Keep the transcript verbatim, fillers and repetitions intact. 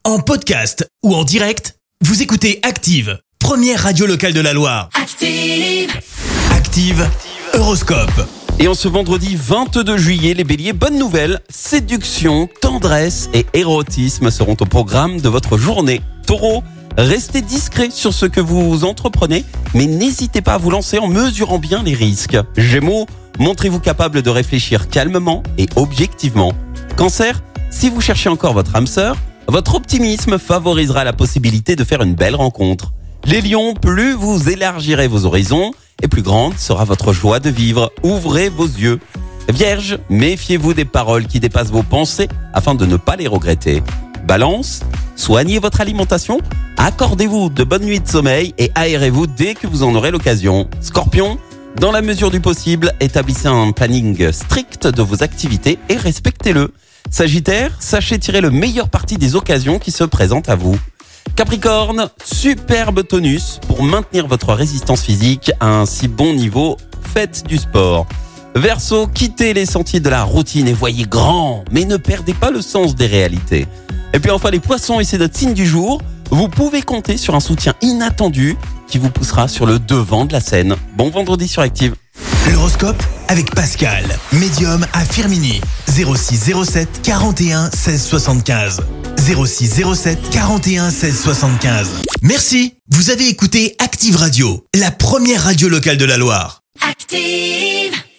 En podcast ou en direct, vous écoutez Active, première radio locale de la Loire. Active, Active Horoscope. Et en ce vendredi vingt-deux juillet, les béliers, bonne nouvelle, séduction, tendresse et érotisme seront au programme de votre journée. Taureau, restez discret sur ce que vous entreprenez, mais n'hésitez pas à vous lancer en mesurant bien les risques. Gémeaux, montrez-vous capable de réfléchir calmement et objectivement. Cancer, si vous cherchez encore votre âme sœur, votre optimisme favorisera la possibilité de faire une belle rencontre. Les lions, plus vous élargirez vos horizons, et plus grande sera votre joie de vivre. Ouvrez vos yeux. Vierge, méfiez-vous des paroles qui dépassent vos pensées afin de ne pas les regretter. Balance, soignez votre alimentation, accordez-vous de bonnes nuits de sommeil et aérez-vous dès que vous en aurez l'occasion. Scorpion, dans la mesure du possible, établissez un planning strict de vos activités et respectez-le. Sagittaire, sachez tirer le meilleur parti des occasions qui se présentent à vous. Capricorne, superbe tonus pour maintenir votre résistance physique à un si bon niveau, faites du sport. Verseau, quittez les sentiers de la routine et voyez grand, mais ne perdez pas le sens des réalités. Et puis enfin les poissons, et c'est notre signe du jour, vous pouvez compter sur un soutien inattendu qui vous poussera sur le devant de la scène. Bon vendredi sur Active. L'horoscope avec Pascal, médium à Firminy, zéro six zéro sept quarante et un seize soixante-quinze. zéro six zéro sept quarante et un seize soixante-quinze. Merci, vous avez écouté Active Radio, la première radio locale de la Loire. Active!